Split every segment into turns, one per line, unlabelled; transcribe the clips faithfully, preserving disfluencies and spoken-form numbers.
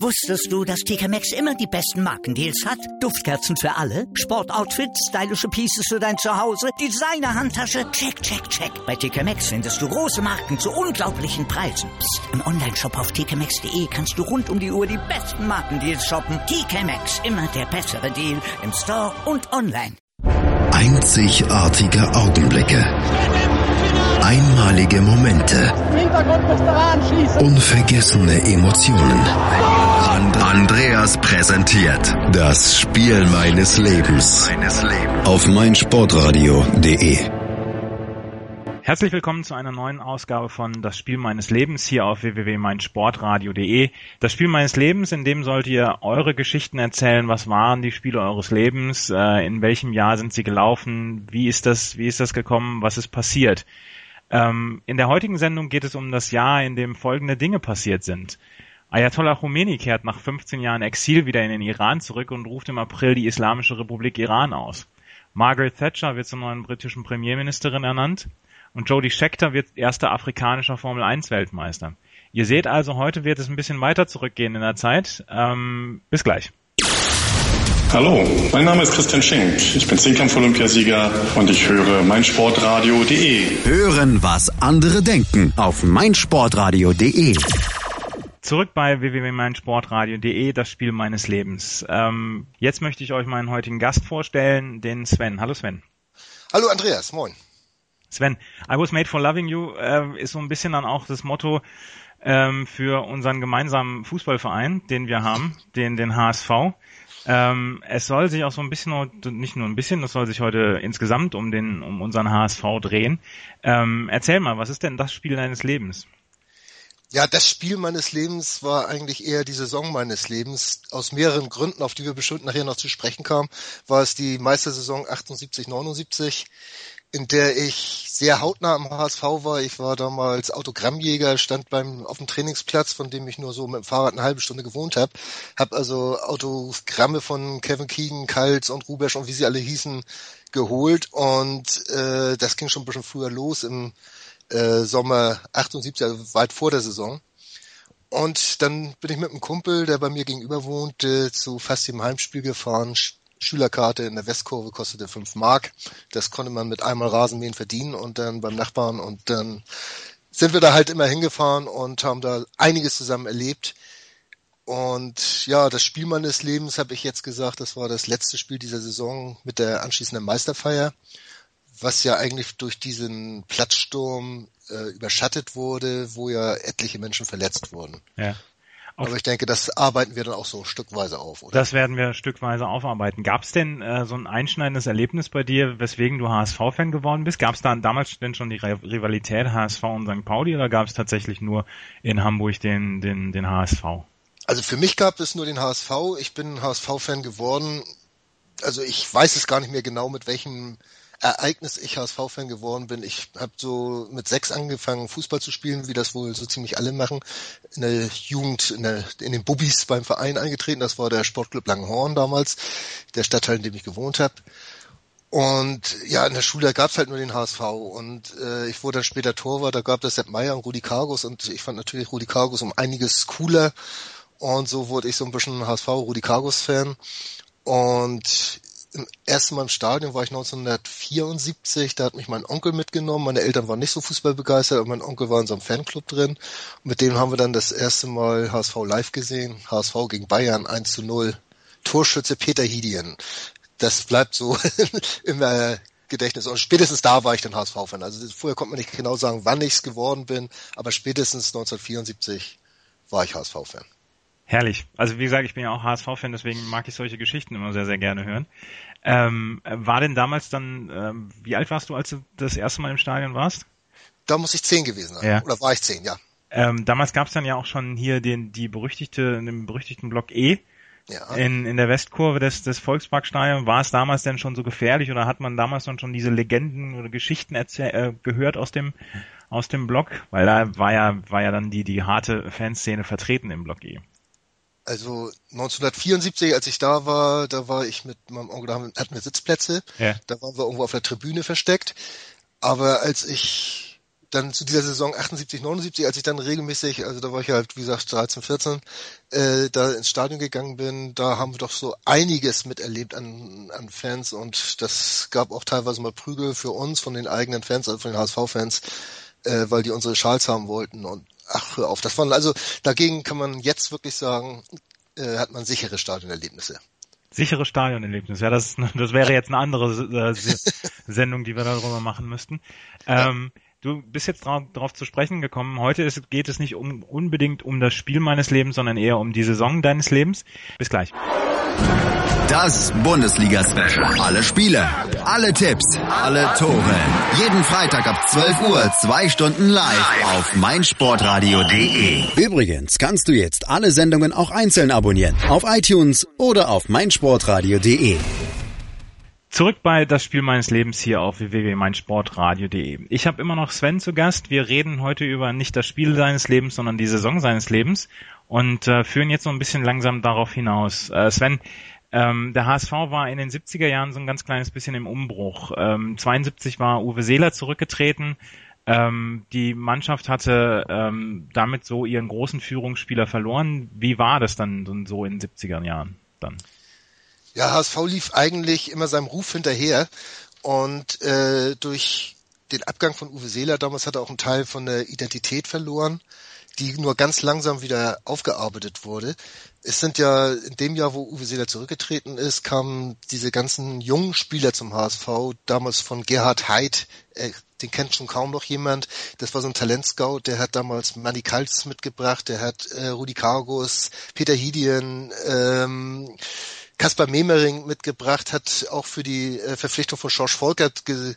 Wusstest du, dass T K Maxx immer die besten Markendeals hat? Duftkerzen für alle, Sportoutfits, stylische Pieces für dein Zuhause, Designer-Handtasche, check, check, check. Bei T K Maxx findest du große Marken zu unglaublichen Preisen. Psst. Im Onlineshop auf t k maxx punkt d e kannst du rund um die Uhr die besten Markendeals shoppen. T K Maxx, immer der bessere Deal im Store und online.
Einzigartige Augenblicke. Einmalige Momente. Unvergessene Emotionen. Andreas präsentiert das Spiel meines Lebens auf meinsportradio punkt de.
Herzlich willkommen zu einer neuen Ausgabe von Das Spiel meines Lebens hier auf w w w punkt meinsportradio punkt de. Das Spiel meines Lebens, in dem sollt ihr eure Geschichten erzählen. Was waren die Spiele eures Lebens? Äh, in welchem Jahr sind sie gelaufen? Wie ist das, wie ist das gekommen? Was ist passiert? Ähm, in der heutigen Sendung geht es um das Jahr, in dem folgende Dinge passiert sind. Ayatollah Khomeini kehrt nach fünfzehn Jahren Exil wieder in den Iran zurück und ruft im April die Islamische Republik Iran aus. Margaret Thatcher wird zur neuen britischen Premierministerin ernannt. Und Jody Scheckter wird erster afrikanischer Formel eins Weltmeister. Ihr seht also, heute wird es ein bisschen weiter zurückgehen in der Zeit. Ähm, bis gleich.
Hallo, mein Name ist Christian Schenk. Ich bin Zehnkampf-Olympiasieger und ich höre meinsportradio punkt de.
Hören, was andere denken auf meinsportradio punkt de.
Zurück bei w w w punkt meinsportradio punkt de, das Spiel meines Lebens. Ähm, jetzt möchte ich euch meinen heutigen Gast vorstellen, den Sven. Hallo Sven.
Hallo Andreas, moin.
Sven, I was made for loving you äh, ist so ein bisschen dann auch das Motto ähm, für unseren gemeinsamen Fußballverein, den wir haben, den den H S V. Ähm, es soll sich auch so ein bisschen, nicht nur ein bisschen, es soll sich heute insgesamt um den um unseren H S V drehen. Ähm, erzähl mal, was ist denn das Spiel deines Lebens?
Ja, das Spiel meines Lebens war eigentlich eher die Saison meines Lebens. Aus mehreren Gründen, auf die wir bestimmt nachher noch zu sprechen kamen, war es die Meistersaison achtundsiebzig neunundsiebzig, in der ich sehr hautnah am H S V war. Ich war damals Autogrammjäger, stand beim auf dem Trainingsplatz, von dem ich nur so mit dem Fahrrad eine halbe Stunde gewohnt habe. Hab also Autogramme von Kevin Keegan, Kals und Rubesch und wie sie alle hießen geholt. Und äh, das ging schon ein bisschen früher los im äh, Sommer achtundsiebzig, also weit vor der Saison. Und dann bin ich mit einem Kumpel, der bei mir gegenüber wohnte, zu fast jedem Heimspiel gefahren. Schülerkarte in der Westkurve kostete fünf Mark. Das konnte man mit einmal Rasenmähen verdienen und dann beim Nachbarn. Und dann sind wir da halt immer hingefahren und haben da einiges zusammen erlebt. Und ja, das Spiel meines Lebens, habe ich jetzt gesagt, das war das letzte Spiel dieser Saison mit der anschließenden Meisterfeier, was ja eigentlich durch diesen Platzsturm äh, überschattet wurde, wo ja etliche Menschen verletzt wurden.
Ja.
Aber ich denke, das arbeiten wir dann auch so stückweise auf, oder?
Das werden wir stückweise aufarbeiten. Gab es denn äh, so ein einschneidendes Erlebnis bei dir, weswegen du H S V-Fan geworden bist? Gab es da damals denn schon die Rivalität H S V und Sankt Pauli oder gab es tatsächlich nur in Hamburg den, den, den H S V?
Also für mich gab es nur den H S V. Ich bin H S V-Fan geworden. Also ich weiß es gar nicht mehr genau, mit welchem Ereignis ich H S V-Fan geworden bin. Ich habe so mit sechs angefangen, Fußball zu spielen, wie das wohl so ziemlich alle machen. In der Jugend, in, der, in den Bubbis beim Verein eingetreten. Das war der Sportclub Langenhorn damals, der Stadtteil, in dem ich gewohnt habe. Und ja, in der Schule gab es halt nur den H S V. Und äh, ich wurde dann später Torwart, da gab es Sepp Meier und Rudi Kargus. Und ich fand natürlich Rudi Kargus um einiges cooler. Und so wurde ich so ein bisschen H S V, Rudi Kargus-Fan. Und im ersten Mal im Stadion war ich neunzehnhundertvierundsiebzig, da hat mich mein Onkel mitgenommen. Meine Eltern waren nicht so fußballbegeistert, aber mein Onkel war in so einem Fanclub drin. Und mit dem haben wir dann das erste Mal H S V live gesehen. H S V gegen Bayern eins zu null. Torschütze Peter Hidien. Das bleibt so im äh, Gedächtnis. Und spätestens da war ich dann H S V-Fan. Also vorher konnte man nicht genau sagen, wann ich es geworden bin, aber spätestens neunzehnhundertvierundsiebzig war ich H S V-Fan.
Herrlich. Also wie gesagt, ich bin ja auch H S V-Fan, deswegen mag ich solche Geschichten immer sehr, sehr gerne hören. Ähm, war denn damals dann, ähm, wie alt warst du, als du das erste Mal im Stadion warst?
Da muss ich zehn gewesen sein.
Ja.
Oder war ich zehn, ja.
Ähm, damals gab es dann ja auch schon hier den die berüchtigte, den berüchtigten Block E ja. in in der Westkurve des des Volksparkstadions. War es damals denn schon so gefährlich oder hat man damals dann schon diese Legenden oder Geschichten erzäh- äh, gehört aus dem aus dem Block? Weil da war ja war ja dann die die harte Fanszene vertreten im Block E.
Also neunzehnhundertvierundsiebzig, als ich da war, da war ich mit meinem Onkel, da hatten wir Sitzplätze, ja. Da waren wir irgendwo auf der Tribüne versteckt. Aber als ich dann zu dieser Saison achtundsiebzig, neunundsiebzig, als ich dann regelmäßig, also da war ich halt, wie gesagt, dreizehn, vierzehn, äh, da ins Stadion gegangen bin, da haben wir doch so einiges miterlebt an, an Fans und das gab auch teilweise mal Prügel für uns von den eigenen Fans, also von den H S V-Fans, äh, weil die unsere Schals haben wollten und ach, hör auf. Das waren, also dagegen kann man jetzt wirklich sagen, äh, hat man sichere Stadionerlebnisse.
Sichere Stadionerlebnisse, ja, das, das wäre jetzt eine andere äh, Sendung, die wir darüber machen müssten. Ähm, ja. Du bist jetzt drauf, drauf zu sprechen gekommen. Heute ist, geht es nicht um, unbedingt um das Spiel meines Lebens, sondern eher um die Saison deines Lebens. Bis gleich.
Das Bundesliga-Special. Alle Spiele, alle Tipps, alle Tore. Jeden Freitag ab zwölf Uhr, zwei Stunden live auf meinsportradio punkt de. Übrigens kannst du jetzt alle Sendungen auch einzeln abonnieren. Auf iTunes oder auf meinsportradio punkt de.
Zurück bei Das Spiel meines Lebens hier auf w w w punkt meinsportradio punkt de. Ich habe immer noch Sven zu Gast. Wir reden heute über nicht das Spiel seines Lebens, sondern die Saison seines Lebens und äh, führen jetzt so ein bisschen langsam darauf hinaus. Äh, Sven, ähm, der H S V war in den siebziger Jahren so ein ganz kleines bisschen im Umbruch. Ähm, zweiundsiebzig war Uwe Seeler zurückgetreten. Ähm, die Mannschaft hatte ähm, damit so ihren großen Führungsspieler verloren. Wie war das dann so in den siebziger Jahren dann?
Ja, H S V lief eigentlich immer seinem Ruf hinterher und äh, durch den Abgang von Uwe Seeler damals hat er auch einen Teil von der Identität verloren, die nur ganz langsam wieder aufgearbeitet wurde. Es sind ja in dem Jahr, wo Uwe Seeler zurückgetreten ist, kamen diese ganzen jungen Spieler zum H S V, damals von Gerhard Heid, äh, den kennt schon kaum noch jemand. Das war so ein Talentscout, der hat damals Manny Kaltz mitgebracht, der hat äh, Rudi Kargus, Peter Hidien, ähm, Kaspar Memering mitgebracht, hat auch für die äh, Verpflichtung von Schorsch Volkert ge,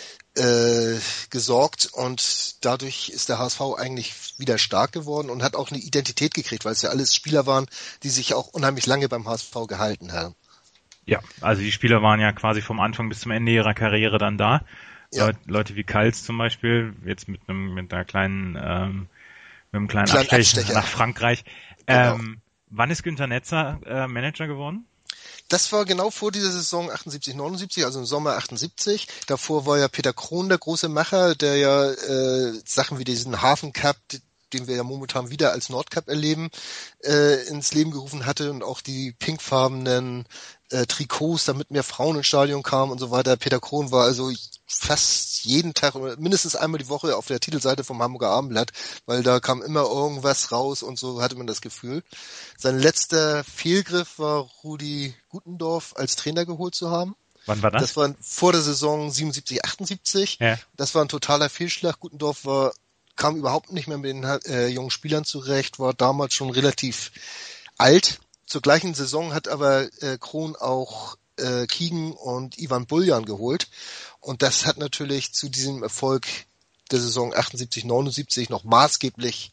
äh, gesorgt und dadurch ist der H S V eigentlich wieder stark geworden und hat auch eine Identität gekriegt, weil es ja alles Spieler waren, die sich auch unheimlich lange beim H S V gehalten haben.
Ja, also die Spieler waren ja quasi vom Anfang bis zum Ende ihrer Karriere dann da. Ja. Leute, Leute wie Kaltz zum Beispiel, jetzt mit einem mit einer kleinen ähm, mit einem kleinen, kleinen Abstecher, Abstecher nach Frankreich. Genau. Ähm, wann ist Günter Netzer äh, Manager geworden?
Das war genau vor dieser Saison achtundsiebzig, neunundsiebzig, also im Sommer achtundsiebzig. Davor war ja Peter Krohn der große Macher, der ja äh, Sachen wie diesen Hafen Cup, den wir ja momentan wieder als Nordcup erleben, äh, ins Leben gerufen hatte und auch die pinkfarbenen äh, Trikots, damit mehr Frauen ins Stadion kamen und so weiter. Peter Krohn war also fast jeden Tag oder mindestens einmal die Woche auf der Titelseite vom Hamburger Abendblatt, weil da kam immer irgendwas raus und so hatte man das Gefühl. Sein letzter Fehlgriff war Rudi Gutendorf als Trainer geholt zu haben.
Wann war das?
Das war vor der Saison siebenundsiebzig, achtundsiebzig. Ja. Das war ein totaler Fehlschlag. Gutendorf war, kam überhaupt nicht mehr mit den äh, jungen Spielern zurecht, war damals schon relativ alt. Zur gleichen Saison hat aber äh, Krohn auch äh, Kiegen und Ivan Buljan geholt. Und das hat natürlich zu diesem Erfolg der Saison achtundsiebzig, neunundsiebzig noch maßgeblich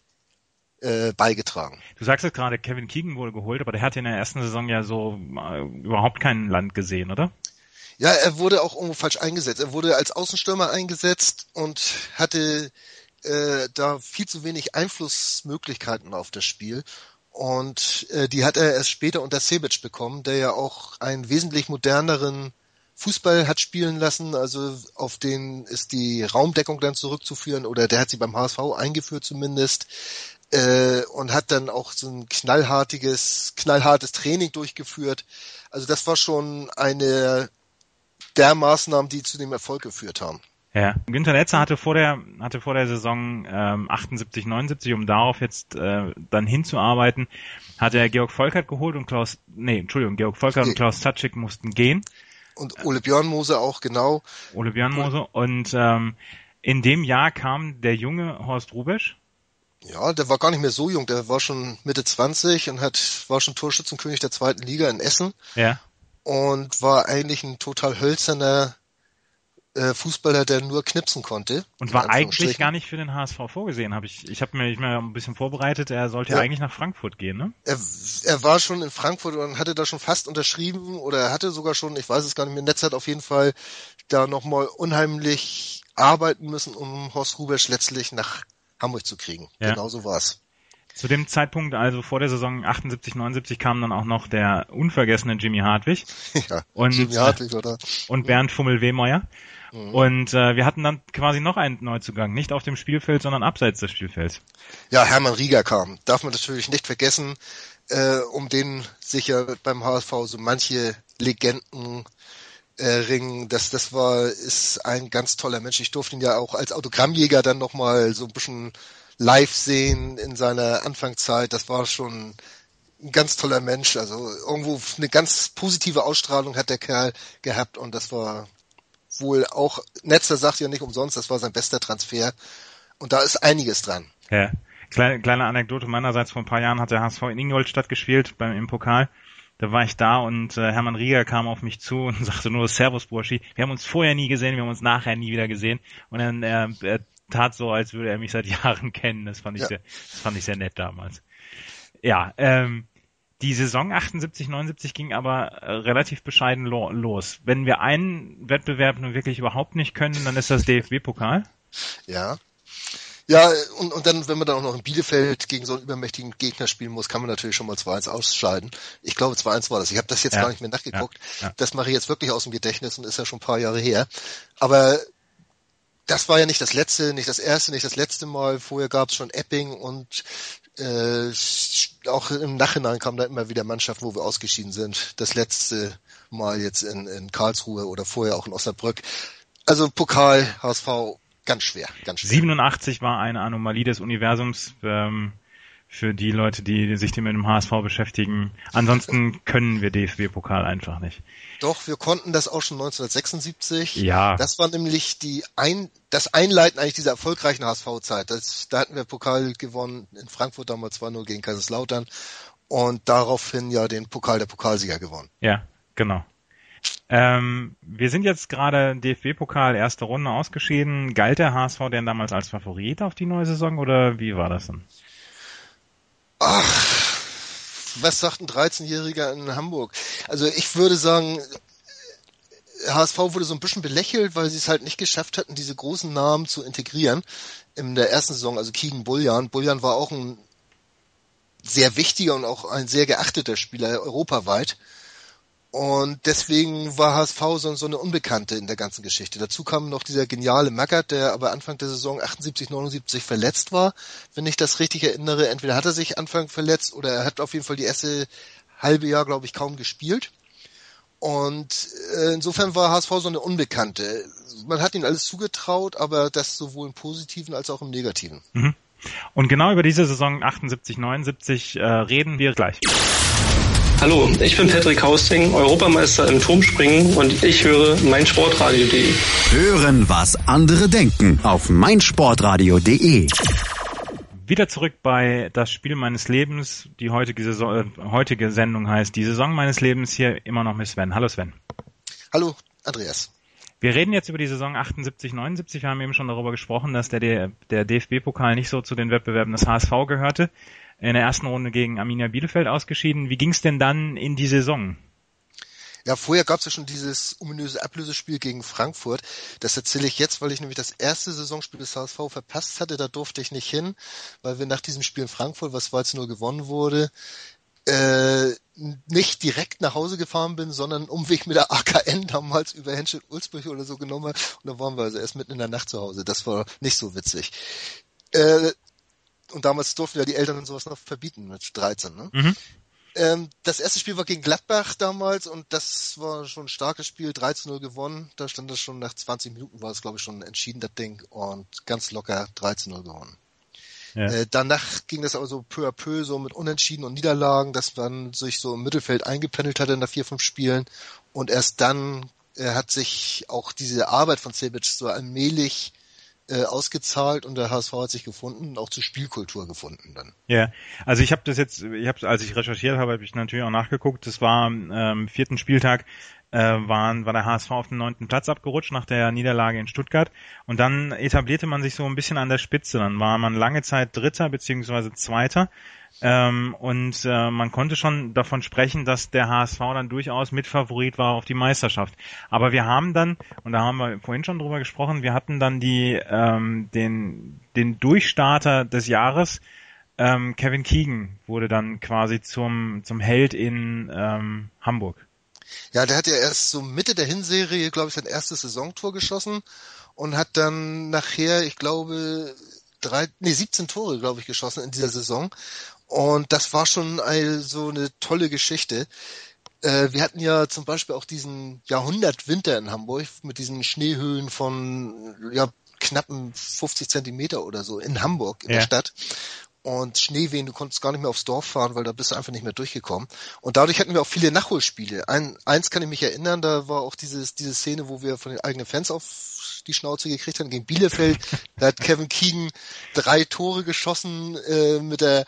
äh, beigetragen.
Du sagst jetzt gerade, Kevin Keegan wurde geholt, aber der hat in der ersten Saison ja so äh, überhaupt kein Land gesehen, oder?
Ja, er wurde auch irgendwo falsch eingesetzt. Er wurde als Außenstürmer eingesetzt und hatte äh, da viel zu wenig Einflussmöglichkeiten auf das Spiel. Und äh, die hat er erst später unter Sebic bekommen, der ja auch einen wesentlich moderneren Fußball hat spielen lassen, also auf den ist die Raumdeckung dann zurückzuführen oder der hat sie beim H S V eingeführt zumindest äh, und hat dann auch so ein knallhartiges, knallhartes Training durchgeführt. Also das war schon eine der Maßnahmen, die zu dem Erfolg geführt haben.
Ja, Günter Netzer hatte vor der hatte vor der Saison ähm, achtundsiebzig, neunundsiebzig, um darauf jetzt äh, dann hinzuarbeiten, hatte er Georg Volkert geholt und Klaus, nee, Entschuldigung, Georg Volkert nee. und Klaus Zatschik mussten gehen.
Und Ole Björnmose auch, genau.
Ole Björnmose. Und ähm, in dem Jahr kam der junge Horst Hrubesch.
Ja, der war gar nicht mehr so jung. Der war schon Mitte zwanzig und hat war schon Torschützenkönig der zweiten Liga in Essen.
Ja.
Und war eigentlich ein total hölzerner äh, Fußballer, der nur knipsen konnte.
Und war eigentlich gar nicht für den H S V vorgesehen. Hab ich ich habe mir ich mir ein bisschen vorbereitet. Er sollte ja eigentlich nach Frankfurt gehen, ne?
Er, er war schon in Frankfurt und hatte da schon fast unterschrieben oder er hatte sogar schon, ich weiß es gar nicht mehr, Netz hat auf jeden Fall da nochmal unheimlich arbeiten müssen, um Horst Hrubesch letztlich nach Hamburg zu kriegen. Ja. Genau so war's.
Zu dem Zeitpunkt, also vor der Saison achtundsiebzig, neunundsiebzig, kam dann auch noch der unvergessene Jimmy Hartwig.
Ja,
und,
Jimmy Hartwig, oder?
Und Bernd Fummel-Wehmeuer. Mhm. Und äh, wir hatten dann quasi noch einen Neuzugang, nicht auf dem Spielfeld, sondern abseits des Spielfelds.
Ja, Hermann Rieger kam. Darf man natürlich nicht vergessen, äh, um den sicher beim H S V so manche Legenden äh, ringen. Das, das war, ist ein ganz toller Mensch. Ich durfte ihn ja auch als Autogrammjäger dann nochmal so ein bisschen live sehen in seiner Anfangszeit. Das war schon ein ganz toller Mensch. Also irgendwo eine ganz positive Ausstrahlung hat der Kerl gehabt und das war wohl auch, Netzer sagt ja nicht umsonst, das war sein bester Transfer und da ist einiges dran.
Ja, kleine, kleine Anekdote meinerseits, vor ein paar Jahren hat der H S V in Ingolstadt gespielt beim, im Pokal. Da war ich da und äh, Hermann Rieger kam auf mich zu und sagte nur Servus Burschi. Wir haben uns vorher nie gesehen, wir haben uns nachher nie wieder gesehen und dann äh, er tat so, als würde er mich seit Jahren kennen. Das fand ich, ja. sehr, das fand ich sehr nett damals. Ja, ähm, die Saison achtundsiebzig, neunundsiebzig ging aber äh, relativ bescheiden lo- los. Wenn wir einen Wettbewerb nun wirklich überhaupt nicht können, dann ist das D F B-Pokal.
Ja. Ja, und, und dann, wenn man dann auch noch in Bielefeld gegen so einen übermächtigen Gegner spielen muss, kann man natürlich schon mal zwei eins ausscheiden. Ich glaube, zwei eins war das. Ich habe das jetzt ja. gar nicht mehr nachgeguckt. Ja. Ja. Das mache ich jetzt wirklich aus dem Gedächtnis und ist ja schon ein paar Jahre her. Aber das war ja nicht das letzte, nicht das erste, nicht das letzte Mal. Vorher gab es schon Epping und äh, auch im Nachhinein kam da immer wieder Mannschaften, wo wir ausgeschieden sind. Das letzte Mal jetzt in, in Karlsruhe oder vorher auch in Osnabrück. Also Pokal, H S V, ganz schwer, ganz schwer.
siebenundachtzig war eine Anomalie des Universums ähm, für die Leute, die sich mit dem H S V beschäftigen. Ansonsten können wir D F B-Pokal einfach nicht.
Doch, wir konnten das auch schon neunzehnhundertsechsundsiebzig.
Ja.
Das war nämlich die ein, das Einleiten eigentlich dieser erfolgreichen H S V-Zeit. Das, da hatten wir Pokal gewonnen in Frankfurt damals zwei null gegen Kaiserslautern und daraufhin ja den Pokal der Pokalsieger gewonnen.
Ja, genau. Ähm, wir sind jetzt gerade D F B-Pokal erste Runde ausgeschieden. Galt der H S V denn damals als Favorit auf die neue Saison oder wie war das denn?
Ach, was sagt ein dreizehnjähriger in Hamburg? Also ich würde sagen, H S V wurde so ein bisschen belächelt, weil sie es halt nicht geschafft hatten, diese großen Namen zu integrieren in der ersten Saison. Also Keegan Buljan. Buljan war auch ein sehr wichtiger und auch ein sehr geachteter Spieler europaweit. Und deswegen war H S V so, so eine Unbekannte in der ganzen Geschichte. Dazu kam noch dieser geniale Magath, der aber Anfang der Saison achtundsiebzig, neunundsiebzig verletzt war, wenn ich das richtig erinnere. Entweder hat er sich Anfang verletzt oder er hat auf jeden Fall die erste halbe Jahr, glaube ich, kaum gespielt. Und äh, insofern war H S V so eine Unbekannte. Man hat ihnen alles zugetraut, aber das sowohl im Positiven als auch im Negativen.
Mhm. Und genau über diese Saison achtundsiebzig, neunundsiebzig äh, reden wir gleich.
Hallo, ich bin Patrick Hausting, Europameister im Turmspringen und ich höre meinsportradio punkt de.
Hören, was andere denken auf meinsportradio punkt de.
Wieder zurück bei Das Spiel meines Lebens. Die heutige, Saison, äh, heutige Sendung heißt Die Saison meines Lebens. Hier immer noch mit Sven. Hallo Sven.
Hallo Andreas.
Wir reden jetzt über die Saison achtundsiebzig, neunundsiebzig. Wir haben eben schon darüber gesprochen, dass der, der D F B-Pokal nicht so zu den Wettbewerben des H S V gehörte. In der ersten Runde gegen Arminia Bielefeld ausgeschieden. Wie ging es denn dann in die Saison?
Ja, vorher gab es ja schon dieses ominöse Ablösespiel gegen Frankfurt. Das erzähle ich jetzt, weil ich nämlich das erste Saisonspiel des H S V verpasst hatte. Da durfte ich nicht hin, weil wir nach diesem Spiel in Frankfurt, was zwei zu null gewonnen wurde, äh, nicht direkt nach Hause gefahren bin, sondern einen Umweg mit der A K N damals über Henschel-Ulzburg oder so genommen habe. Und da waren wir also erst mitten in der Nacht zu Hause. Das war nicht so witzig. Äh, Und damals durften ja die Eltern und sowas noch verbieten mit dreizehn. Ne? Mhm. Ähm, das erste Spiel war gegen Gladbach damals und das war schon ein starkes Spiel, drei zu null gewonnen. Da stand das schon nach zwanzig Minuten, war es glaube ich schon entschieden, das Ding. Und ganz locker drei zu null gewonnen. Ja. Äh, danach ging das aber so peu à peu, so mit Unentschieden und Niederlagen, dass man sich so im Mittelfeld eingependelt hatte nach vier, fünf Spielen. Und erst dann äh, hat sich auch diese Arbeit von Cebic so allmählich ausgezahlt und der H S V hat sich gefunden und auch zur Spielkultur gefunden dann.
Ja, also ich habe das jetzt, ich habe, als ich recherchiert habe, habe ich natürlich auch nachgeguckt. Das war am ähm, vierten Spieltag äh, waren, war der H S V auf den neunten Platz abgerutscht nach der Niederlage in Stuttgart und dann etablierte man sich so ein bisschen an der Spitze. Dann war man lange Zeit Dritter beziehungsweise Zweiter. Ähm, und äh, man konnte schon davon sprechen, dass der H S V dann durchaus Mitfavorit war auf die Meisterschaft. Aber wir haben dann, und da haben wir vorhin schon drüber gesprochen, wir hatten dann die ähm, den den Durchstarter des Jahres ähm, Kevin Keegan wurde dann quasi zum zum Held in ähm, Hamburg.
Ja, der hat ja erst so Mitte der Hinserie, glaube ich, sein erstes Saisontor geschossen und hat dann nachher, ich glaube, drei, nee, siebzehn Tore, glaube ich, geschossen in dieser Saison. Und das war schon also eine tolle Geschichte. Äh, wir hatten ja zum Beispiel auch diesen Jahrhundertwinter in Hamburg mit diesen Schneehöhen von ja knappen fünfzig Zentimeter oder so in Hamburg, in ja. der Stadt. Und Schneewehen, du konntest gar nicht mehr aufs Dorf fahren, weil da bist du einfach nicht mehr durchgekommen. Und dadurch hatten wir auch viele Nachholspiele. Ein, eins kann ich mich erinnern, da war auch dieses, diese Szene, wo wir von den eigenen Fans auf die Schnauze gekriegt haben, gegen Bielefeld. Da hat Kevin Keegan drei Tore geschossen äh, mit der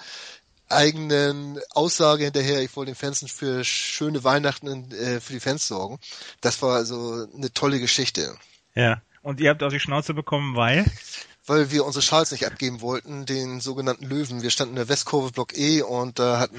eigenen Aussage hinterher, ich wollte den Fans für schöne Weihnachten äh, für die Fans sorgen. Das war also eine tolle Geschichte.
Ja, und ihr habt auf die Schnauze bekommen, weil?
Weil wir unsere Schals nicht abgeben wollten, den sogenannten Löwen. Wir standen in der Westkurve Block E und da hatten,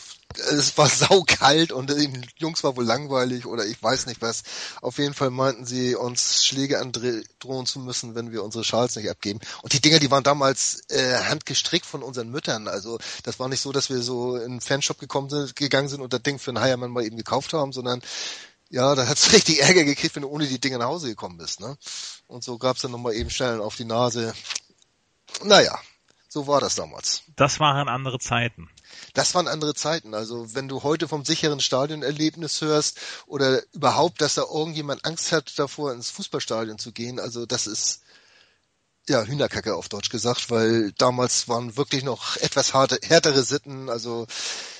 es war saukalt und den Jungs war wohl langweilig oder ich weiß nicht was. Auf jeden Fall meinten sie, uns Schläge androhen zu müssen, wenn wir unsere Schals nicht abgeben. Und die Dinger, die waren damals äh, handgestrickt von unseren Müttern. Also das war nicht so, dass wir so in einen Fanshop gekommen sind, gegangen sind und das Ding für einen Heiermann mal eben gekauft haben, sondern ja, da hat's richtig Ärger gekriegt, wenn du ohne die Dinge nach Hause gekommen bist, ne? Und so gab's dann nochmal eben schnell auf die Nase. Naja, so war das damals.
Das waren andere Zeiten.
Das waren andere Zeiten. Also wenn du heute vom sicheren Stadionerlebnis hörst oder überhaupt, dass da irgendjemand Angst hat davor, ins Fußballstadion zu gehen, also das ist ja Hühnerkacke auf Deutsch gesagt, weil damals waren wirklich noch etwas harte, härtere Sitten, also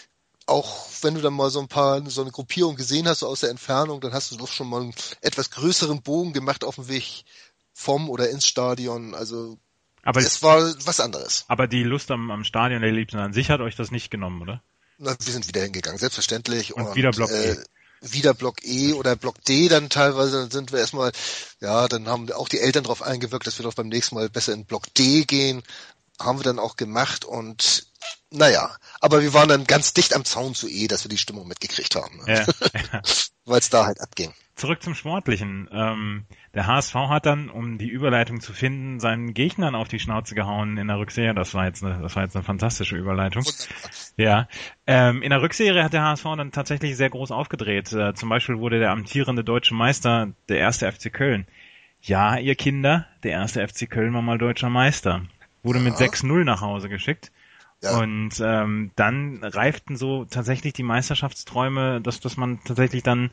auch wenn du dann mal so ein paar, so eine Gruppierung gesehen hast, so aus der Entfernung, dann hast du doch schon mal einen etwas größeren Bogen gemacht auf dem Weg vom oder ins Stadion. Also aber es war was anderes.
Aber die Lust am, am Stadion der Liebsten an sich hat euch das nicht genommen, oder?
Na, wir sind wieder hingegangen, selbstverständlich.
Und, und wieder Block
äh,
E.
Wieder Block E oder Block D dann teilweise, dann sind wir erstmal, ja, dann haben auch die Eltern darauf eingewirkt, dass wir doch beim nächsten Mal besser in Block D gehen. Haben wir dann auch gemacht und naja, aber wir waren dann ganz dicht am Zaun zu E, dass wir die Stimmung mitgekriegt haben. Ne? Ja, ja. Weil es da halt abging.
Zurück zum Sportlichen. Ähm, der H S V hat dann, um die Überleitung zu finden, seinen Gegnern auf die Schnauze gehauen in der Rückserie. Das war jetzt eine, das war jetzt eine fantastische Überleitung. Wunderbar. Ja. Ähm, in der Rückserie hat der H S V dann tatsächlich sehr groß aufgedreht. Äh, zum Beispiel wurde der amtierende deutsche Meister, der erste F C Köln. Ja, ihr Kinder, der erste F C Köln war mal deutscher Meister. Wurde ja. mit sechs null nach Hause geschickt. Ja. Und ähm, dann reiften so tatsächlich die Meisterschaftsträume, dass, dass man tatsächlich dann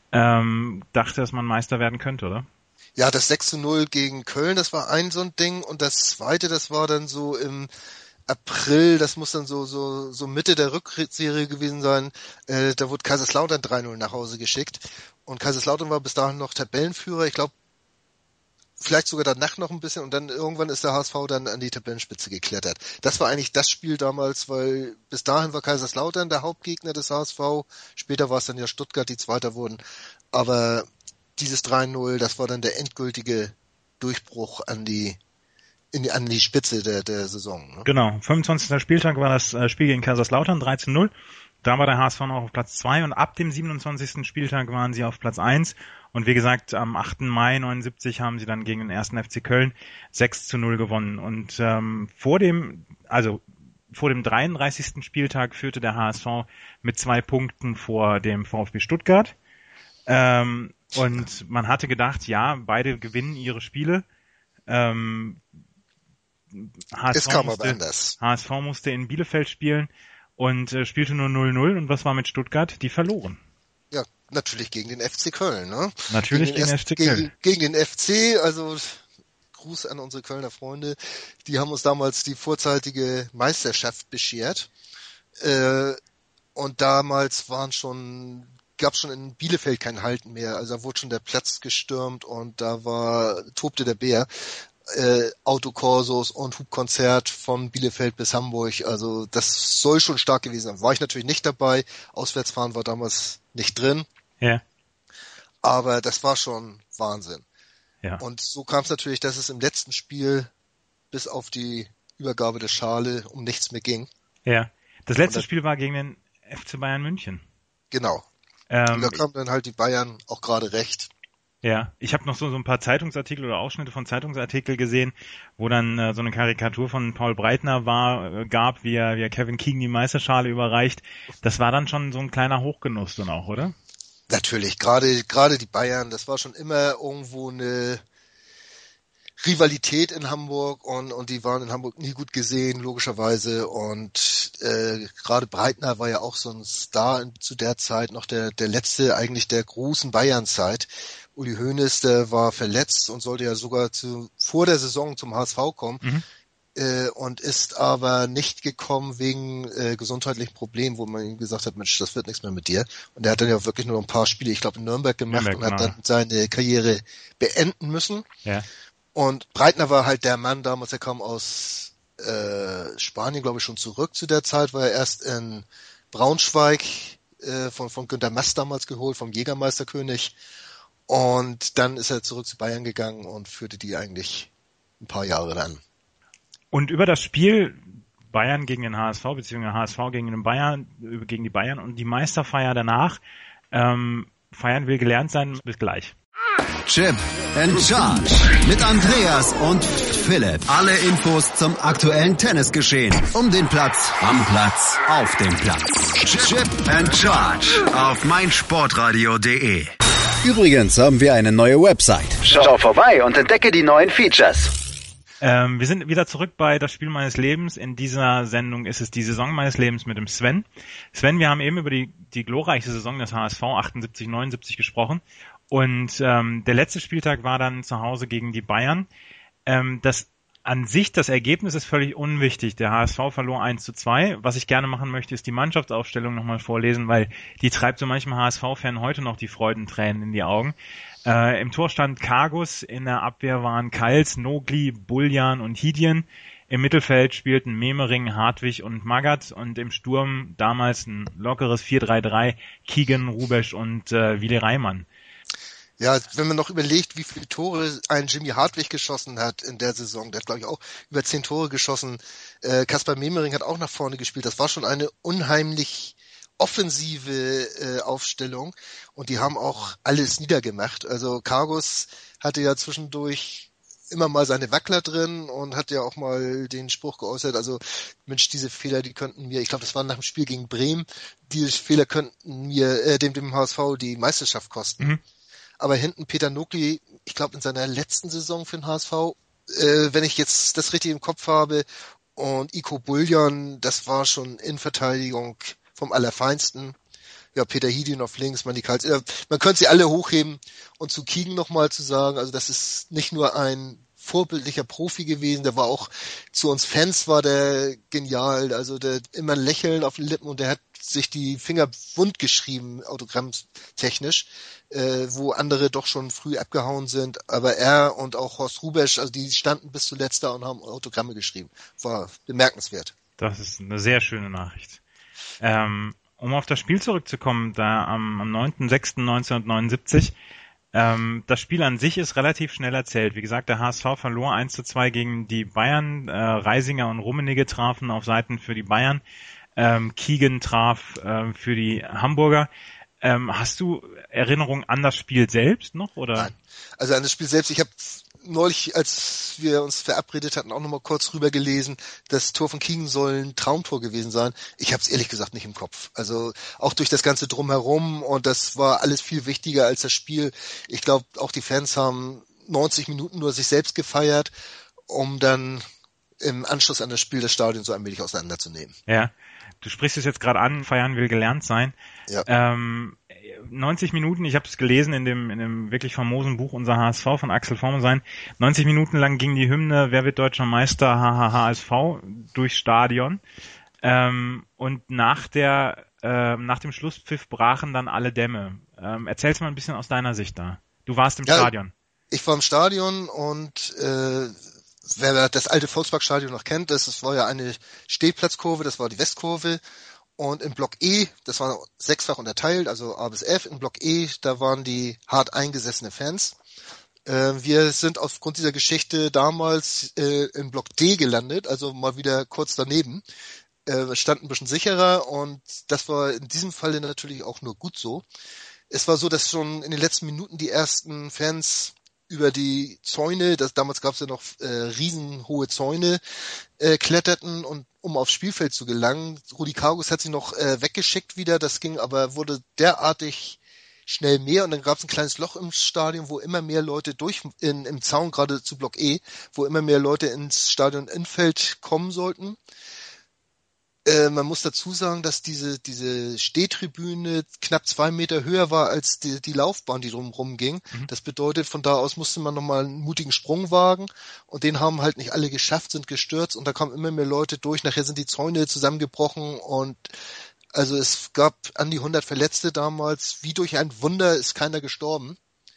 ähm, dachte, dass man Meister werden könnte, oder?
Ja, das sechs zu null gegen Köln, das war ein so ein Ding. Und das zweite, das war dann so im April, das muss dann so so so Mitte der Rückserie gewesen sein. Äh, da wurde Kaiserslautern drei null nach Hause geschickt. Und Kaiserslautern war bis dahin noch Tabellenführer. Ich glaube, vielleicht sogar danach noch ein bisschen und dann irgendwann ist der H S V dann an die Tabellenspitze geklettert. Das war eigentlich das Spiel damals, weil bis dahin war Kaiserslautern der Hauptgegner des H S V, später war es dann ja Stuttgart, die Zweiter wurden, aber dieses drei null, das war dann der endgültige Durchbruch an die in die, an die Spitze der, der Saison. Ne?
Genau, fünfundzwanzigster Spieltag war das Spiel gegen Kaiserslautern, dreizehn null. Da war der H S V noch auf Platz zwei und ab dem siebenundzwanzigsten Spieltag waren sie auf Platz eins. Und wie gesagt, am achten Mai neunundsiebzig haben sie dann gegen den ersten F C Köln sechs zu null gewonnen. Und ähm, vor dem, also vor dem dreiunddreißigsten Spieltag führte der H S V mit zwei Punkten vor dem VfB Stuttgart. Ähm, und man hatte gedacht, ja, beide gewinnen ihre Spiele. Ähm, H S V
es kam
musste,
aber anders.
H S V musste in Bielefeld spielen und äh, spielte nur null null. Und was war mit Stuttgart? Die verloren.
Ja, natürlich gegen den F C Köln, ne?
Natürlich gegen den, gegen den F C Köln.
Gegen, gegen den F C, also Gruß an unsere Kölner Freunde. Die haben uns damals die vorzeitige Meisterschaft beschert. Äh, und damals waren schon, gab schon in Bielefeld kein Halten mehr. Also da wurde schon der Platz gestürmt und da war, tobte der Bär. Äh, Autokorsos und Hubkonzert von Bielefeld bis Hamburg. Also das soll schon stark gewesen sein. War ich natürlich nicht dabei. Auswärtsfahren war damals nicht drin.
Ja.
Aber das war schon Wahnsinn.
Ja.
Und so kam es natürlich, dass es im letzten Spiel bis auf die Übergabe der Schale um nichts mehr ging.
Ja. Das letzte das, Spiel war gegen den F C Bayern München.
Genau.
Ähm,
und da kamen dann halt die Bayern auch gerade recht.
Ja, ich habe noch so, so ein paar Zeitungsartikel oder Ausschnitte von Zeitungsartikel gesehen, wo dann äh, so eine Karikatur von Paul Breitner war, äh, gab, wie er, wie er Kevin Keegan die Meisterschale überreicht. Das war dann schon so ein kleiner Hochgenuss dann auch, oder?
Natürlich, gerade gerade die Bayern, das war schon immer irgendwo eine Rivalität in Hamburg und und die waren in Hamburg nie gut gesehen, logischerweise. Und äh, gerade Breitner war ja auch so ein Star in, zu der Zeit, noch der der letzte eigentlich der großen Bayern-Zeit. Uli Hoeneß, der war verletzt und sollte ja sogar zu vor der Saison zum H S V kommen. Mhm. Äh, und ist aber nicht gekommen wegen äh, gesundheitlichen Problemen, wo man ihm gesagt hat, Mensch, das wird nichts mehr mit dir. Und er hat dann ja wirklich nur ein paar Spiele, ich glaube in Nürnberg gemacht Nürnberg, und hat genau. dann seine Karriere beenden müssen. Ja. Und Breitner war halt der Mann damals, der kam aus äh, Spanien, glaube ich, schon zurück zu der Zeit, war er erst in Braunschweig äh, von, von Günter Mass damals geholt, vom Jägermeisterkönig. Und dann ist er zurück zu Bayern gegangen und führte die eigentlich ein paar Jahre dann.
Und über das Spiel Bayern gegen den H S V, beziehungsweise H S V gegen den Bayern, gegen die Bayern und die Meisterfeier danach, ähm, feiern will gelernt sein. Bis gleich.
Chip and Charge mit Andreas und Philipp. Alle Infos zum aktuellen Tennisgeschehen. Um den Platz, am Platz, auf dem Platz. Chip and Charge auf meinsportradio punkt de. Übrigens haben wir eine neue Website. Schau vorbei und entdecke die neuen Features.
Ähm, wir sind wieder zurück bei Das Spiel meines Lebens. In dieser Sendung ist es die Saison meines Lebens mit dem Sven. Sven, wir haben eben über die, die glorreiche Saison des H S V achtundsiebzig neunundsiebzig gesprochen. Und ähm, der letzte Spieltag war dann zu Hause gegen die Bayern. Ähm, das an sich, das Ergebnis ist völlig unwichtig. Der H S V verlor eins zu zwei. Was ich gerne machen möchte, ist die Mannschaftsaufstellung nochmal vorlesen, weil die treibt so manchem H S V-Fan heute noch die Freudentränen in die Augen. Äh, im Tor stand Kargus, in der Abwehr waren Kals, Nogli, Buljan und Hidien. Im Mittelfeld spielten Memering, Hartwig und Magath und im Sturm damals ein lockeres vier drei drei, Keegan, Rubesch und äh, Willi Reimann.
Ja, wenn man noch überlegt, wie viele Tore ein Jimmy Hartwig geschossen hat in der Saison, der hat, glaube ich, auch über zehn Tore geschossen. Äh, Kaspar Memering hat auch nach vorne gespielt. Das war schon eine unheimlich offensive äh, Aufstellung und die haben auch alles niedergemacht. Also Kargus hatte ja zwischendurch immer mal seine Wackler drin und hat ja auch mal den Spruch geäußert, also Mensch, diese Fehler, die könnten mir, ich glaube, das war nach dem Spiel gegen Bremen, diese Fehler könnten mir äh, dem, dem H S V die Meisterschaft kosten. Mhm. Aber hinten Peter Nogli, ich glaube in seiner letzten Saison für den H S V, äh, wenn ich jetzt das richtig im Kopf habe, und Iko Buljan, das war schon in Verteidigung vom Allerfeinsten. Ja, Peter Hidien auf links, man die Kals, äh, man könnte sie alle hochheben. Und zu Keegan nochmal zu sagen, also das ist nicht nur ein vorbildlicher Profi gewesen, der war auch zu uns Fans war der genial, also der immer ein Lächeln auf den Lippen und der hat sich die Finger wund geschrieben, autogrammtechnisch, äh, wo andere doch schon früh abgehauen sind, aber er und auch Horst Rubesch, also die standen bis zuletzt da und haben Autogramme geschrieben. War bemerkenswert.
Das ist eine sehr schöne Nachricht. Ähm, um auf das Spiel zurückzukommen, da am, am neunten sechsten neunzehnhundertneunundsiebzig, Ähm, das Spiel an sich ist relativ schnell erzählt. Wie gesagt, der H S V verlor eins zu zwei gegen die Bayern. Äh, Reisinger und Rummenigge trafen auf Seiten für die Bayern. Ähm, Keegan traf äh, für die Hamburger. Ähm, hast du Erinnerungen an das Spiel selbst noch? Oder?
Nein. Also an das Spiel selbst, ich habe neulich, als wir uns verabredet hatten, auch nochmal kurz rüber gelesen, das Tor von Keegan soll ein Traumtor gewesen sein. Ich habe es ehrlich gesagt nicht im Kopf. Also auch durch das ganze Drumherum und das war alles viel wichtiger als das Spiel. Ich glaube, auch die Fans haben neunzig Minuten nur sich selbst gefeiert, um dann im Anschluss an das Spiel das Stadion so allmählich auseinanderzunehmen.
Ja, du sprichst es jetzt gerade an, feiern will gelernt sein. Ja. Ähm, neunzig Minuten, ich habe es gelesen in dem in dem wirklich famosen Buch Unser H S V von Axel Formensein. neunzig Minuten lang ging die Hymne Wer wird deutscher Meister? H H H S V durchs Stadion. Ähm, und nach der äh, nach dem Schlusspfiff brachen dann alle Dämme. Ähm, erzähl's mal ein bisschen aus deiner Sicht da. Du warst im ja, Stadion.
Ich war im Stadion und äh, wer das alte Volksparkstadion noch kennt, das, das war ja eine Stehplatzkurve, das war die Westkurve. Und im Block E, das war sechsfach unterteilt, also A bis F, im Block E, da waren die hart eingesessene Fans. Äh, wir sind aufgrund dieser Geschichte damals äh, im Block D gelandet, also mal wieder kurz daneben. Äh, standen ein bisschen sicherer und das war in diesem Falle natürlich auch nur gut so. es war so, dass schon in den letzten Minuten die ersten Fans über die Zäune, das, damals gab es ja noch äh, riesenhohe Zäune, äh, kletterten, und um aufs Spielfeld zu gelangen. Rudi Kargus hat sich noch äh, weggeschickt wieder, das ging aber, wurde derartig schnell mehr, und dann gab es ein kleines Loch im Stadion, wo immer mehr Leute durch, in, im Zaun, gerade zu Block E, wo immer mehr Leute ins Stadion Infeld kommen sollten. Äh, man muss dazu sagen, dass diese, diese Stehtribüne knapp zwei Meter höher war als die, die Laufbahn, die drumherum ging. Mhm. Das bedeutet, von da aus musste man nochmal einen mutigen Sprung wagen, und den haben halt nicht alle geschafft, sind gestürzt, und da kamen immer mehr Leute durch. Nachher sind die Zäune zusammengebrochen, und also es gab an die hundert Verletzte damals. Wie durch ein Wunder ist keiner gestorben.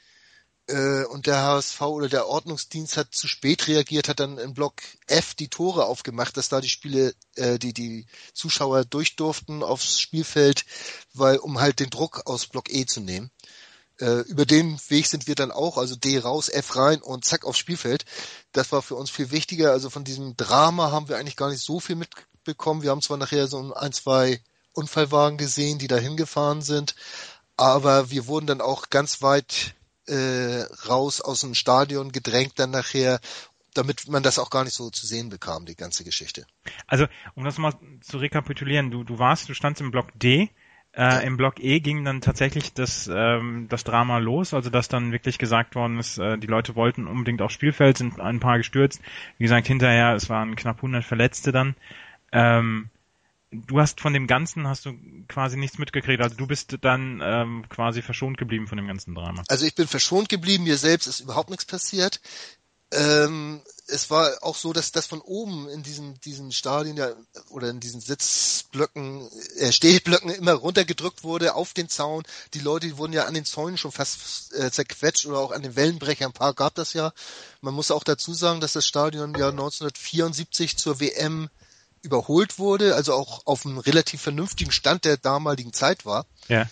Und der H S V oder der Ordnungsdienst hat zu spät reagiert, hat dann in Block F die Tore aufgemacht, dass da die Spiele, äh, die die Zuschauer durch durften aufs Spielfeld, weil um halt den Druck aus Block E zu nehmen. Äh, über den Weg sind wir dann auch, also D raus, F rein und zack aufs Spielfeld. Das war für uns viel wichtiger. Also von diesem Drama haben wir eigentlich gar nicht so viel mitbekommen. Wir haben zwar nachher so ein, zwei Unfallwagen gesehen, die da hingefahren sind, aber wir wurden dann auch ganz weit Äh, raus aus dem Stadion gedrängt dann nachher, damit man das auch gar nicht so zu sehen bekam, die ganze Geschichte.
Also, um das mal zu rekapitulieren, du, du warst, du standst im Block D, äh, ja. Im Block E ging dann tatsächlich das, ähm, das Drama los, also dass dann wirklich gesagt worden ist, äh, die Leute wollten unbedingt aufs Spielfeld, sind ein paar gestürzt. Wie gesagt, hinterher, es waren knapp hundert Verletzte dann. Ähm, Du hast von dem Ganzen, hast du quasi nichts mitgekriegt, also du bist dann ähm, quasi verschont geblieben von dem ganzen Drama.
Also ich bin verschont geblieben, mir selbst ist überhaupt nichts passiert. Ähm, es war auch so, dass das von oben in diesen, diesen Stadien ja, oder in diesen Sitzblöcken, äh, Stehblöcken immer runtergedrückt wurde auf den Zaun. Die Leute, die wurden ja an den Zäunen schon fast äh, zerquetscht, oder auch an den Wellenbrechern, ein paar gab das ja. Man muss auch dazu sagen, dass das Stadion ja neunzehnhundertvierundsiebzig zur W M überholt wurde, also auch auf einem relativ vernünftigen Stand der damaligen Zeit war.
Ja.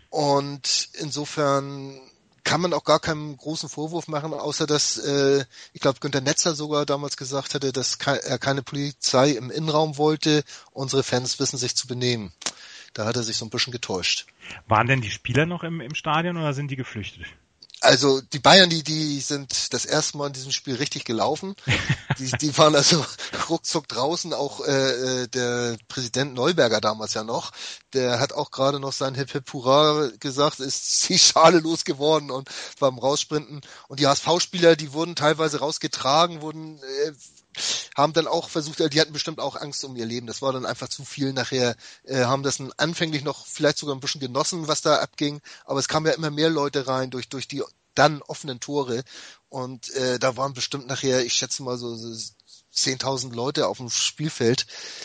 Und insofern kann man auch gar keinen großen Vorwurf machen, außer dass, äh, ich glaube, Günter Netzer sogar damals gesagt hatte, dass ke- er keine Polizei im Innenraum wollte. Unsere Fans wissen sich zu benehmen. Da hat er sich so ein bisschen getäuscht.
Waren denn die Spieler noch im, im Stadion oder sind die geflüchtet?
Also die Bayern, die die sind das erste Mal in diesem Spiel richtig gelaufen. Die, die waren also ruckzuck draußen. Auch äh, der Präsident Neuberger damals ja noch, der hat auch gerade noch sein Hip Hip Hurra gesagt, ist die Schale losgeworden und beim Raussprinten. Und die H S V-Spieler, die wurden teilweise rausgetragen, wurden äh, haben dann auch versucht, die hatten bestimmt auch Angst um ihr Leben. Das war dann einfach zu viel nachher, äh, haben das anfänglich noch vielleicht sogar ein bisschen genossen, was da abging, aber es kamen ja immer mehr Leute rein durch durch die dann offenen Tore, und äh, da waren bestimmt nachher, ich schätze mal so, so zehntausend Leute auf dem Spielfeld,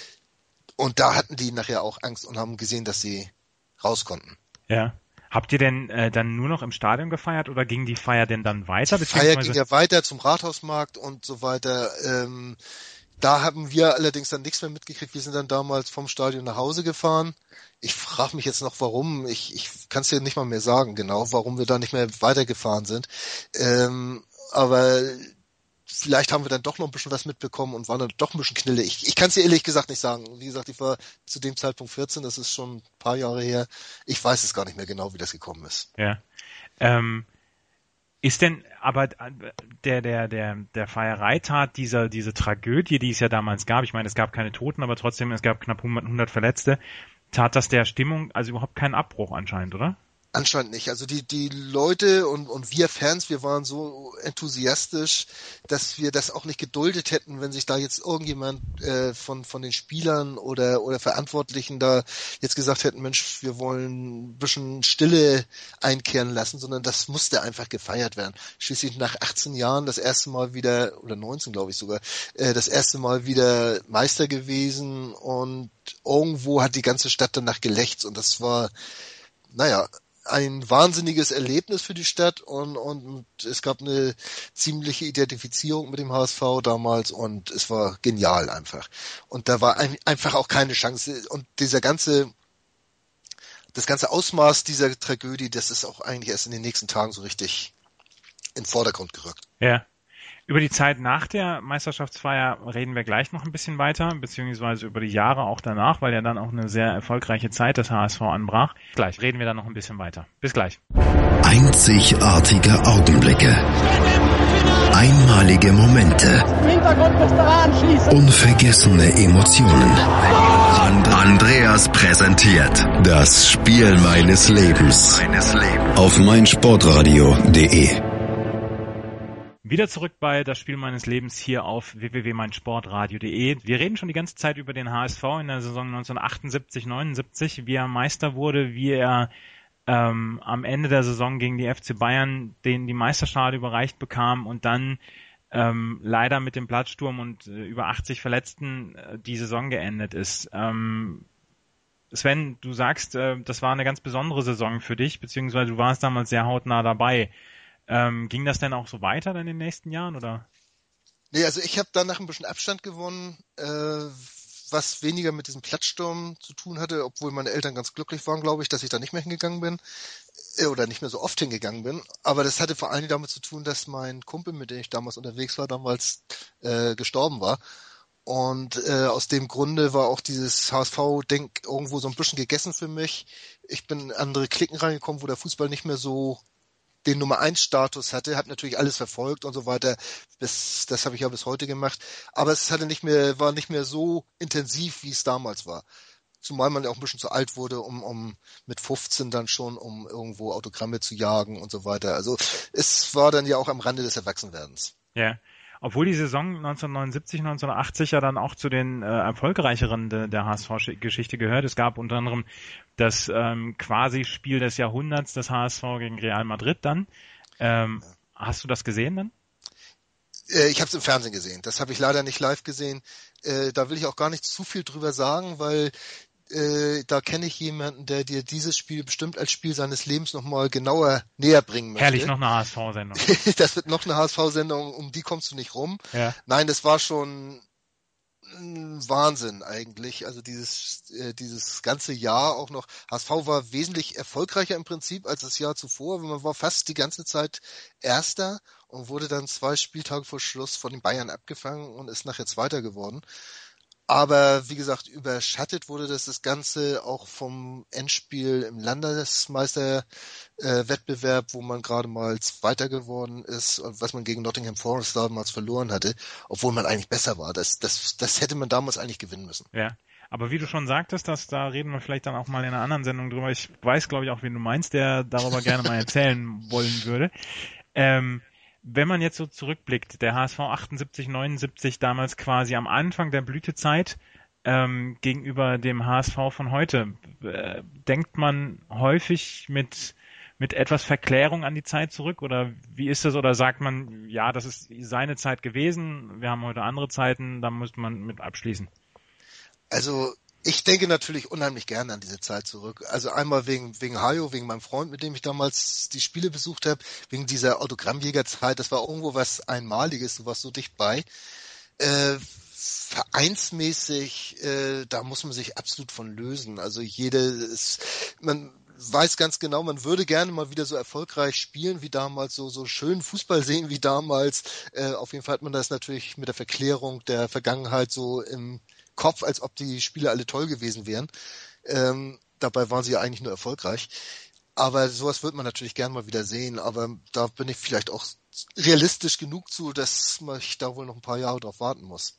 und da hatten die nachher auch Angst und haben gesehen, dass sie raus konnten.
Ja. Habt ihr denn äh, dann nur noch im Stadion gefeiert, oder ging die Feier denn dann weiter?
Die Feier ging ja weiter zum Rathausmarkt und so weiter. Ähm, da haben wir allerdings dann nichts mehr mitgekriegt. Wir sind dann damals vom Stadion nach Hause gefahren. Ich frage mich jetzt noch, warum. Ich, ich kann es dir nicht mal mehr sagen, genau, warum wir da nicht mehr weitergefahren sind. Ähm, aber vielleicht haben wir dann doch noch ein bisschen was mitbekommen und waren dann doch ein bisschen Knille. Ich, ich kann es dir ehrlich gesagt nicht sagen. Wie gesagt, ich war zu dem Zeitpunkt vierzehn, das ist schon ein paar Jahre her. Ich weiß es gar nicht mehr genau, wie das gekommen ist.
Ja. Ähm, ist denn aber der, der, der, der Feiereitat dieser, diese Tragödie, die es ja damals gab, ich meine, es gab keine Toten, aber trotzdem, es gab knapp hundert Verletzte, tat das der Stimmung also überhaupt keinen Abbruch anscheinend, oder?
Anscheinend nicht. Also die die Leute und und wir Fans, wir waren so enthusiastisch, dass wir das auch nicht geduldet hätten, wenn sich da jetzt irgendjemand äh, von von den Spielern oder oder Verantwortlichen da jetzt gesagt hätten, Mensch, wir wollen ein bisschen Stille einkehren lassen, sondern das musste einfach gefeiert werden. Schließlich nach achtzehn Jahren das erste Mal wieder, oder neunzehn glaube ich sogar, äh, das erste Mal wieder Meister gewesen, und irgendwo hat die ganze Stadt danach gelächzt, und das war, naja, ein wahnsinniges Erlebnis für die Stadt, und, und, und es gab eine ziemliche Identifizierung mit dem H S V damals, und es war genial einfach. Und da war ein, einfach auch keine Chance, und dieser ganze, das ganze Ausmaß dieser Tragödie, das ist auch eigentlich erst in den nächsten Tagen so richtig in den Vordergrund gerückt.
Ja. Über die Zeit nach der Meisterschaftsfeier reden wir gleich noch ein bisschen weiter, beziehungsweise über die Jahre auch danach, weil ja dann auch eine sehr erfolgreiche Zeit des H S V anbrach. Gleich reden wir dann noch ein bisschen weiter. Bis gleich.
Einzigartige Augenblicke. Einmalige Momente. Unvergessene Emotionen. And- Andreas präsentiert das Spiel meines Lebens auf meinsportradio punkt de.
Wieder zurück bei das Spiel meines Lebens hier auf w w w punkt meinsportradio punkt de. Wir reden schon die ganze Zeit über den H S V in der Saison neunzehnhundertachtundsiebzig neunundsiebzig, wie er Meister wurde, wie er ähm, am Ende der Saison gegen die F C Bayern den die Meisterschale überreicht bekam und dann ähm, leider mit dem Platzsturm und äh, über achtzig Verletzten äh, die Saison geendet ist. Ähm, Sven, du sagst, äh, das war eine ganz besondere Saison für dich, beziehungsweise du warst damals sehr hautnah dabei. Ähm, ging das denn auch so weiter dann in den nächsten Jahren, oder?
Nee, also ich habe danach ein bisschen Abstand gewonnen, äh, was weniger mit diesem Platzsturm zu tun hatte, obwohl meine Eltern ganz glücklich waren, glaube ich, dass ich da nicht mehr hingegangen bin äh, oder nicht mehr so oft hingegangen bin. Aber das hatte vor allen Dingen damit zu tun, dass mein Kumpel, mit dem ich damals unterwegs war, damals äh, gestorben war. Und äh, aus dem Grunde war auch dieses H S V-Ding irgendwo so ein bisschen gegessen für mich. Ich bin in andere Klicken reingekommen, wo der Fußball nicht mehr so den Nummer eins Status hatte, habe natürlich alles verfolgt und so weiter. Bis, das habe ich ja bis heute gemacht. Aber es hatte nicht mehr, war nicht mehr so intensiv, wie es damals war. Zumal man ja auch ein bisschen zu alt wurde, um, um mit fünfzehn dann schon, um irgendwo Autogramme zu jagen und so weiter. Also es war dann ja auch am Rande des Erwachsenwerdens.
Ja. Obwohl die Saison neunzehnhundertneunundsiebzig, neunzehnhundertachtzig ja dann auch zu den äh, erfolgreicheren de, der H S V-Geschichte gehört. Es gab unter anderem das ähm, quasi Spiel des Jahrhunderts des H S V gegen Real Madrid dann. Ähm, ja. Hast du das gesehen dann?
Äh, ich habe es im Fernsehen gesehen. Das habe ich leider nicht live gesehen. Äh, da will ich auch gar nicht zu viel drüber sagen, weil äh, da kenne ich jemanden, der dir dieses Spiel bestimmt als Spiel seines Lebens nochmal genauer näher bringen möchte.
Herrlich, noch eine H S V-Sendung.
Das wird noch eine H S V-Sendung, um die kommst du nicht rum.
Ja.
Nein, das war schon ein Wahnsinn eigentlich. Also dieses äh, dieses ganze Jahr auch noch. H S V war wesentlich erfolgreicher im Prinzip als das Jahr zuvor. Man war fast die ganze Zeit Erster und wurde dann zwei Spieltage vor Schluss von den Bayern abgefangen und ist nachher Zweiter geworden. Aber wie gesagt, überschattet wurde das, das Ganze auch vom Endspiel im Landesmeisterwettbewerb, äh, wo man gerade mal Zweiter geworden ist, was man gegen Nottingham Forest damals verloren hatte, obwohl man eigentlich besser war. Das, das, das hätte man damals eigentlich gewinnen müssen.
Ja, aber wie du schon sagtest, dass, da reden wir vielleicht dann auch mal in einer anderen Sendung drüber. Ich weiß, glaube ich, auch, wen du meinst, der darüber gerne mal erzählen wollen würde. Ähm, Wenn man jetzt so zurückblickt, der H S V achtundsiebzig, neunundsiebzig, damals quasi am Anfang der Blütezeit ähm, gegenüber dem H S V von heute, äh, denkt man häufig mit mit etwas Verklärung an die Zeit zurück oder wie ist das? Oder sagt man, ja, das ist seine Zeit gewesen, wir haben heute andere Zeiten, da muss man mit abschließen?
Also ich denke natürlich unheimlich gerne an diese Zeit zurück. Also einmal wegen wegen Hajo, wegen meinem Freund, mit dem ich damals die Spiele besucht habe, wegen dieser Autogrammjägerzeit. Das war irgendwo was Einmaliges, du warst so dicht bei. Äh, vereinsmäßig, äh, da muss man sich absolut von lösen. Also jede, ist, man weiß ganz genau, man würde gerne mal wieder so erfolgreich spielen wie damals, so so schön Fußball sehen wie damals. Äh, auf jeden Fall hat man das natürlich mit der Verklärung der Vergangenheit so im Kopf, als ob die Spiele alle toll gewesen wären. Ähm, dabei waren sie ja eigentlich nur erfolgreich. Aber sowas wird man natürlich gern mal wieder sehen. Aber da bin ich vielleicht auch realistisch genug zu, dass ich da wohl noch ein paar Jahre drauf warten muss.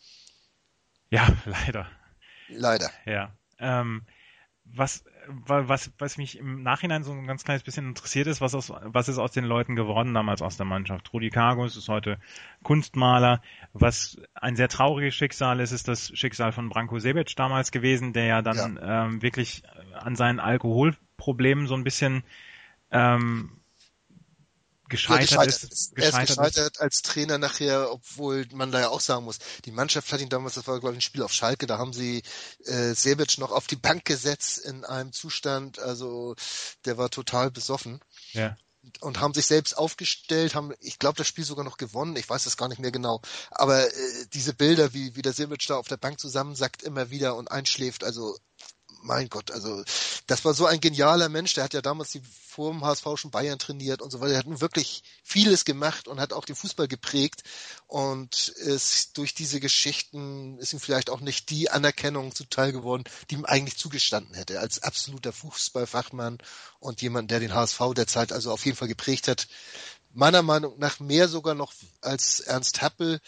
Ja, leider.
Leider.
Ja. Ähm, was, was, was mich im Nachhinein so ein ganz kleines bisschen interessiert ist, was, aus, was ist aus den Leuten geworden damals aus der Mannschaft? Rudi Kargus ist heute Kunstmaler. Was ein sehr trauriges Schicksal ist, ist das Schicksal von Branko Sebic damals gewesen, der ja dann ja. Ähm, wirklich an seinen Alkoholproblemen so ein bisschen ähm, gescheitert, ja, gescheitert ist. ist.
Er ist gescheitert ist. als Trainer nachher, obwohl man da ja auch sagen muss, die Mannschaft hat ihn damals, das war glaube ich ein Spiel auf Schalke, da haben sie äh, Sebic noch auf die Bank gesetzt in einem Zustand, also der war total besoffen.
Ja.
Und haben sich selbst aufgestellt, haben, ich glaube, das Spiel sogar noch gewonnen, ich weiß es gar nicht mehr genau, aber äh, diese Bilder, wie, wie der Sebic da auf der Bank zusammensackt immer wieder und einschläft, also mein Gott, also das war so ein genialer Mensch, der hat ja damals die vor dem H S V schon Bayern trainiert und so weiter, er hat wirklich vieles gemacht und hat auch den Fußball geprägt und ist durch diese Geschichten ist ihm vielleicht auch nicht die Anerkennung zuteil geworden, die ihm eigentlich zugestanden hätte, als absoluter Fußballfachmann und jemand, der den H S V der Zeit also auf jeden Fall geprägt hat. Meiner Meinung nach mehr sogar noch als Ernst Happel,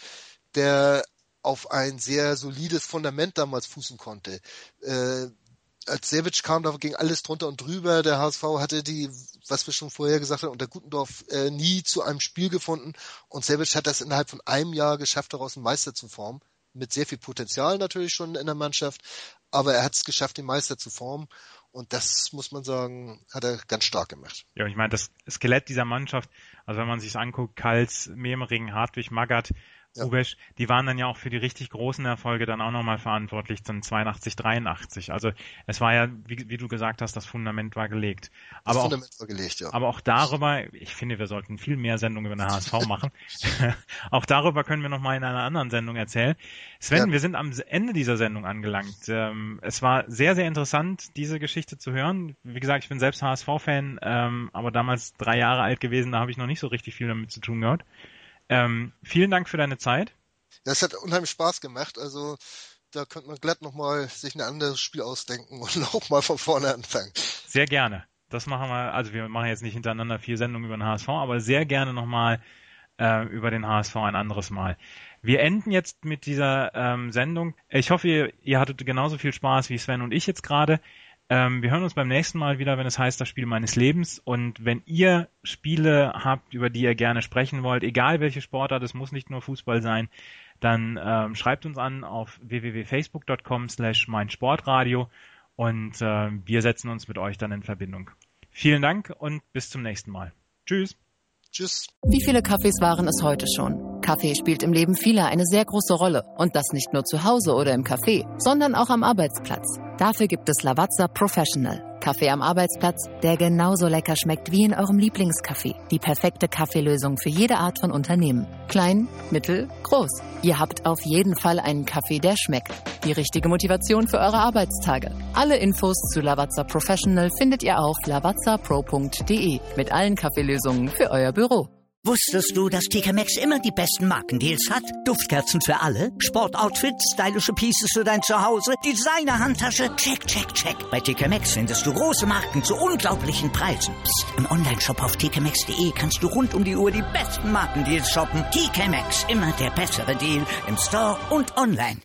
der auf ein sehr solides Fundament damals fußen konnte. Äh, als Säwitsch kam, da ging alles drunter und drüber. Der H S V hatte die, was wir schon vorher gesagt haben, unter Gutendorf äh, nie zu einem Spiel gefunden. Und Säwitsch hat das innerhalb von einem Jahr geschafft, daraus einen Meister zu formen. Mit sehr viel Potenzial natürlich schon in der Mannschaft. Aber er hat es geschafft, den Meister zu formen. Und das, muss man sagen, hat er ganz stark gemacht.
Ja, ich meine, das Skelett dieser Mannschaft, also wenn man sich anguckt, Kals, Memering, Hartwig, Magath, ja. Ubesch, die waren dann ja auch für die richtig großen Erfolge dann auch nochmal verantwortlich, dann zweiundachtzig, dreiundachtzig. Also es war ja, wie, wie du gesagt hast, das Fundament war gelegt. Aber
das
auch,
Fundament war gelegt, ja.
Aber auch darüber, ich finde, wir sollten viel mehr Sendungen über den H S V machen. Auch darüber können wir nochmal in einer anderen Sendung erzählen. Sven, ja. Wir sind am Ende dieser Sendung angelangt. Ähm, es war sehr, sehr interessant, diese Geschichte zu hören. Wie gesagt, ich bin selbst H S V-Fan, ähm, aber damals drei Jahre alt gewesen, da habe ich noch nicht so richtig viel damit zu tun gehabt. Ähm, vielen Dank für deine Zeit.
Ja, es hat unheimlich Spaß gemacht. Also da könnte man glatt nochmal sich ein anderes Spiel ausdenken und nochmal von vorne anfangen.
Sehr gerne. Das machen wir, also wir machen jetzt nicht hintereinander vier Sendungen über den H S V, aber sehr gerne nochmal äh, über den H S V ein anderes Mal. Wir enden jetzt mit dieser ähm, Sendung. Ich hoffe, ihr, ihr hattet genauso viel Spaß wie Sven und ich jetzt gerade. Ähm, wir hören uns beim nächsten Mal wieder, wenn es heißt, das Spiel meines Lebens. Und wenn ihr Spiele habt, über die ihr gerne sprechen wollt, egal welche Sportart, es muss nicht nur Fußball sein, dann ähm, schreibt uns an auf w w w punkt facebook punkt com slash meinsportradio und äh, wir setzen uns mit euch dann in Verbindung. Vielen Dank und bis zum nächsten Mal. Tschüss.
Tschüss.
Wie viele Kaffees waren es heute schon? Kaffee spielt im Leben vieler eine sehr große Rolle. Und das nicht nur zu Hause oder im Café, sondern auch am Arbeitsplatz. Dafür gibt es Lavazza Professional. Kaffee am Arbeitsplatz, der genauso lecker schmeckt wie in eurem Lieblingscafé. Die perfekte Kaffeelösung für jede Art von Unternehmen. Klein, mittel, groß. Ihr habt auf jeden Fall einen Kaffee, der schmeckt. Die richtige Motivation für eure Arbeitstage. Alle Infos zu Lavazza Professional findet ihr auf lavazza pro punkt de mit allen Kaffeelösungen für euer Büro.
Wusstest du, dass T K Maxx immer die besten Markendeals hat? Duftkerzen für alle, Sportoutfits, stylische Pieces für dein Zuhause, Designer-Handtasche, check, check, check. Bei T K Maxx findest du große Marken zu unglaublichen Preisen. Psst. Im Onlineshop auf t k maxx punkt de kannst du rund um die Uhr die besten Markendeals shoppen. T K Maxx, immer der bessere Deal im Store und online.